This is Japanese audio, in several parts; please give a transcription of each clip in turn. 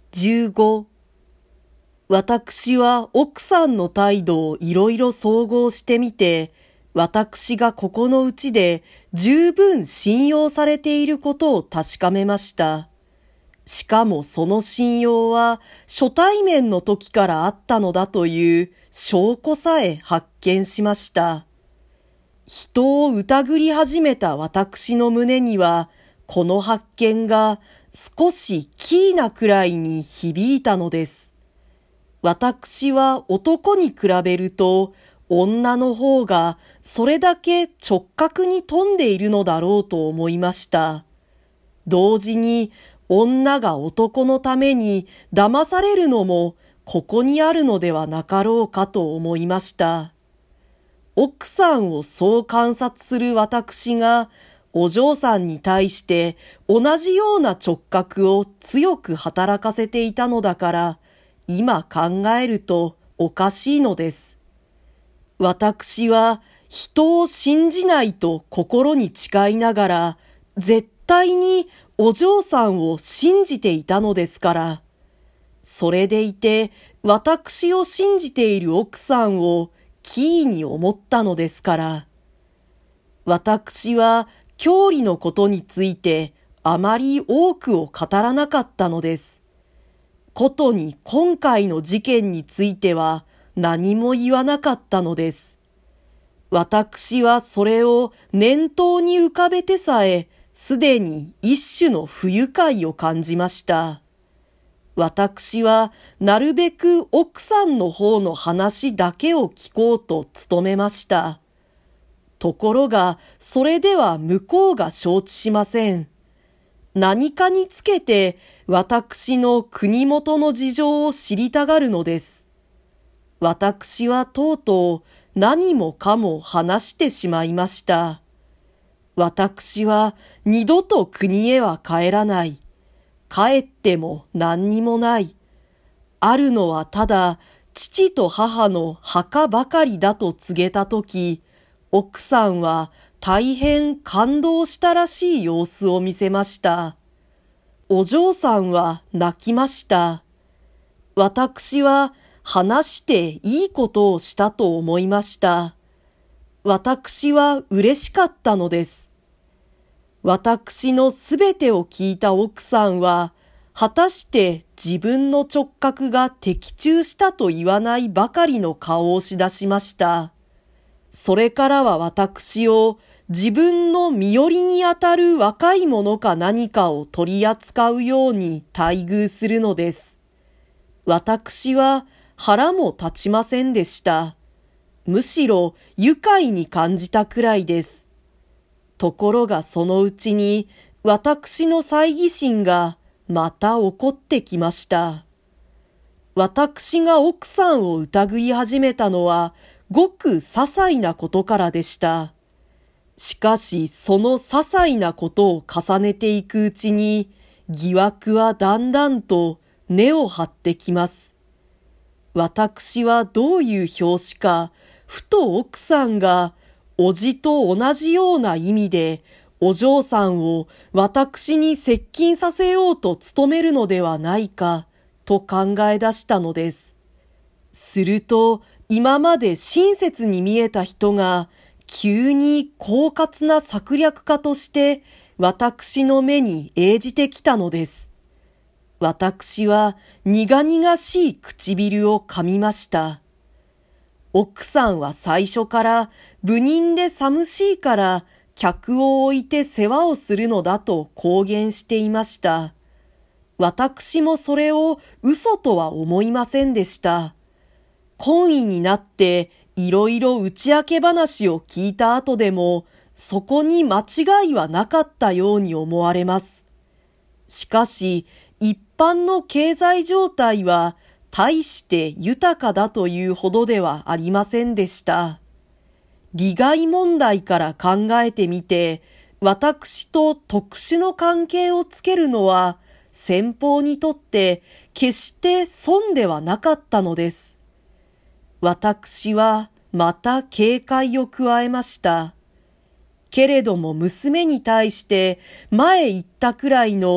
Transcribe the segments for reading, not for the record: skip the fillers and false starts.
15、私は奥さんの態度をいろいろ総合してみて、私がここのうちで十分信用されていることを確かめました。しかもその信用は初対面の時からあったのだという証拠さえ発見しました。人を疑り始めた私の胸には、この発見が少しキーなくらいに響いたのです。私は男に比べると、女の方がそれだけ直角に富んでいるのだろうと思いました。同時に女が男のために騙されるのもここにあるのではなかろうかと思いました。奥さんをそう観察する私がお嬢さんに対して同じような直角を強く働かせていたのだから、今考えるとおかしいのです。私は人を信じないと心に誓いながら、絶対にお嬢さんを信じていたのですから。それでいて、私を信じている奥さんを奇異に思ったのですから。私は教理のことについてあまり多くを語らなかったのです。ことに今回の事件については何も言わなかったのです。私はそれを念頭に浮かべてさえ、すでに一種の不愉快を感じました。私はなるべく奥さんの方の話だけを聞こうと努めました。ところが、それでは向こうが承知しません。何かにつけて私の国元の事情を知りたがるのです。私はとうとう何もかも話してしまいました。私は二度と国へは帰らない。帰っても何にもない。あるのはただ父と母の墓ばかりだと告げたとき、奥さんは大変感動したらしい様子を見せました。お嬢さんは泣きました。私は話していいことをしたと思いました。私は嬉しかったのです。私のすべてを聞いた奥さんは、果たして自分の直角が的中したと言わないばかりの顔をしだしました。それからは私を自分の身寄りにあたる若い者か何かを取り扱うように待遇するのです。私は腹も立ちませんでした。むしろ愉快に感じたくらいです。ところがそのうちに私の猜疑心がまた起こってきました。私が奥さんを疑り始めたのはごく些細なことからでした。しかしその些細なことを重ねていくうちに疑惑はだんだんと根を張ってきます。私はどういう拍子か、ふと奥さんがおじと同じような意味でお嬢さんを私に接近させようと努めるのではないかと考え出したのです。すると今まで親切に見えた人が急に狡猾な策略家として私の目に映じてきたのです。私は苦々しい唇を噛みました。奥さんは最初から部人で寂しいから客を置いて世話をするのだと公言していました。私もそれを嘘とは思いませんでした。懇意になっていろいろ打ち明け話を聞いた後でもそこに間違いはなかったように思われます。しかし一般の経済状態は大して豊かだというほどではありませんでした。利害問題から考えてみて、私と特殊の関係をつけるのは先方にとって決して損ではなかったのです。私はまた警戒を加えました。けれども娘に対して前言ったくらいの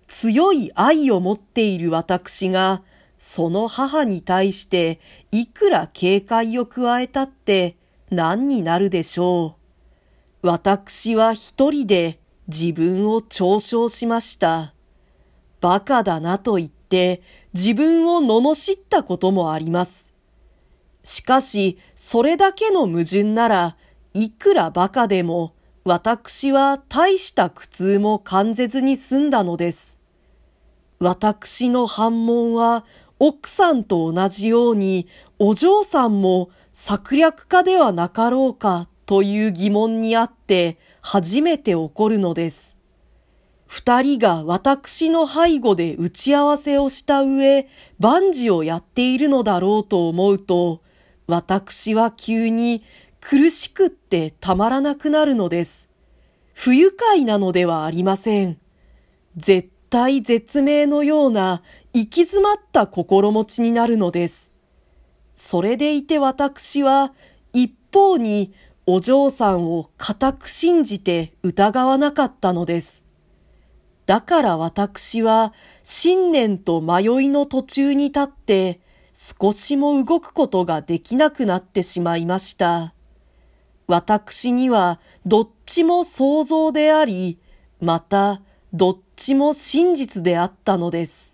強い愛を持っている私が、その母に対していくら警戒を加えたって何になるでしょう。私は一人で自分を嘲笑しました。バカだなと言って自分を罵ったこともあります。しかし、それだけの矛盾なら、いくらバカでも、私は大した苦痛も感じずに済んだのです。私の反問は、奥さんと同じように、お嬢さんも策略家ではなかろうかという疑問にあって、初めて起こるのです。二人が私の背後で打ち合わせをした上、万事をやっているのだろうと思うと、私は急に苦しくってたまらなくなるのです。不愉快なのではありません。絶対絶命のような行き詰まった心持ちになるのです。それでいて私は一方にお嬢さんを固く信じて疑わなかったのです。だから私は信念と迷いの途中に立って少しも動くことができなくなってしまいました。私にはどっちも想像であり、またどっちも真実であったのです。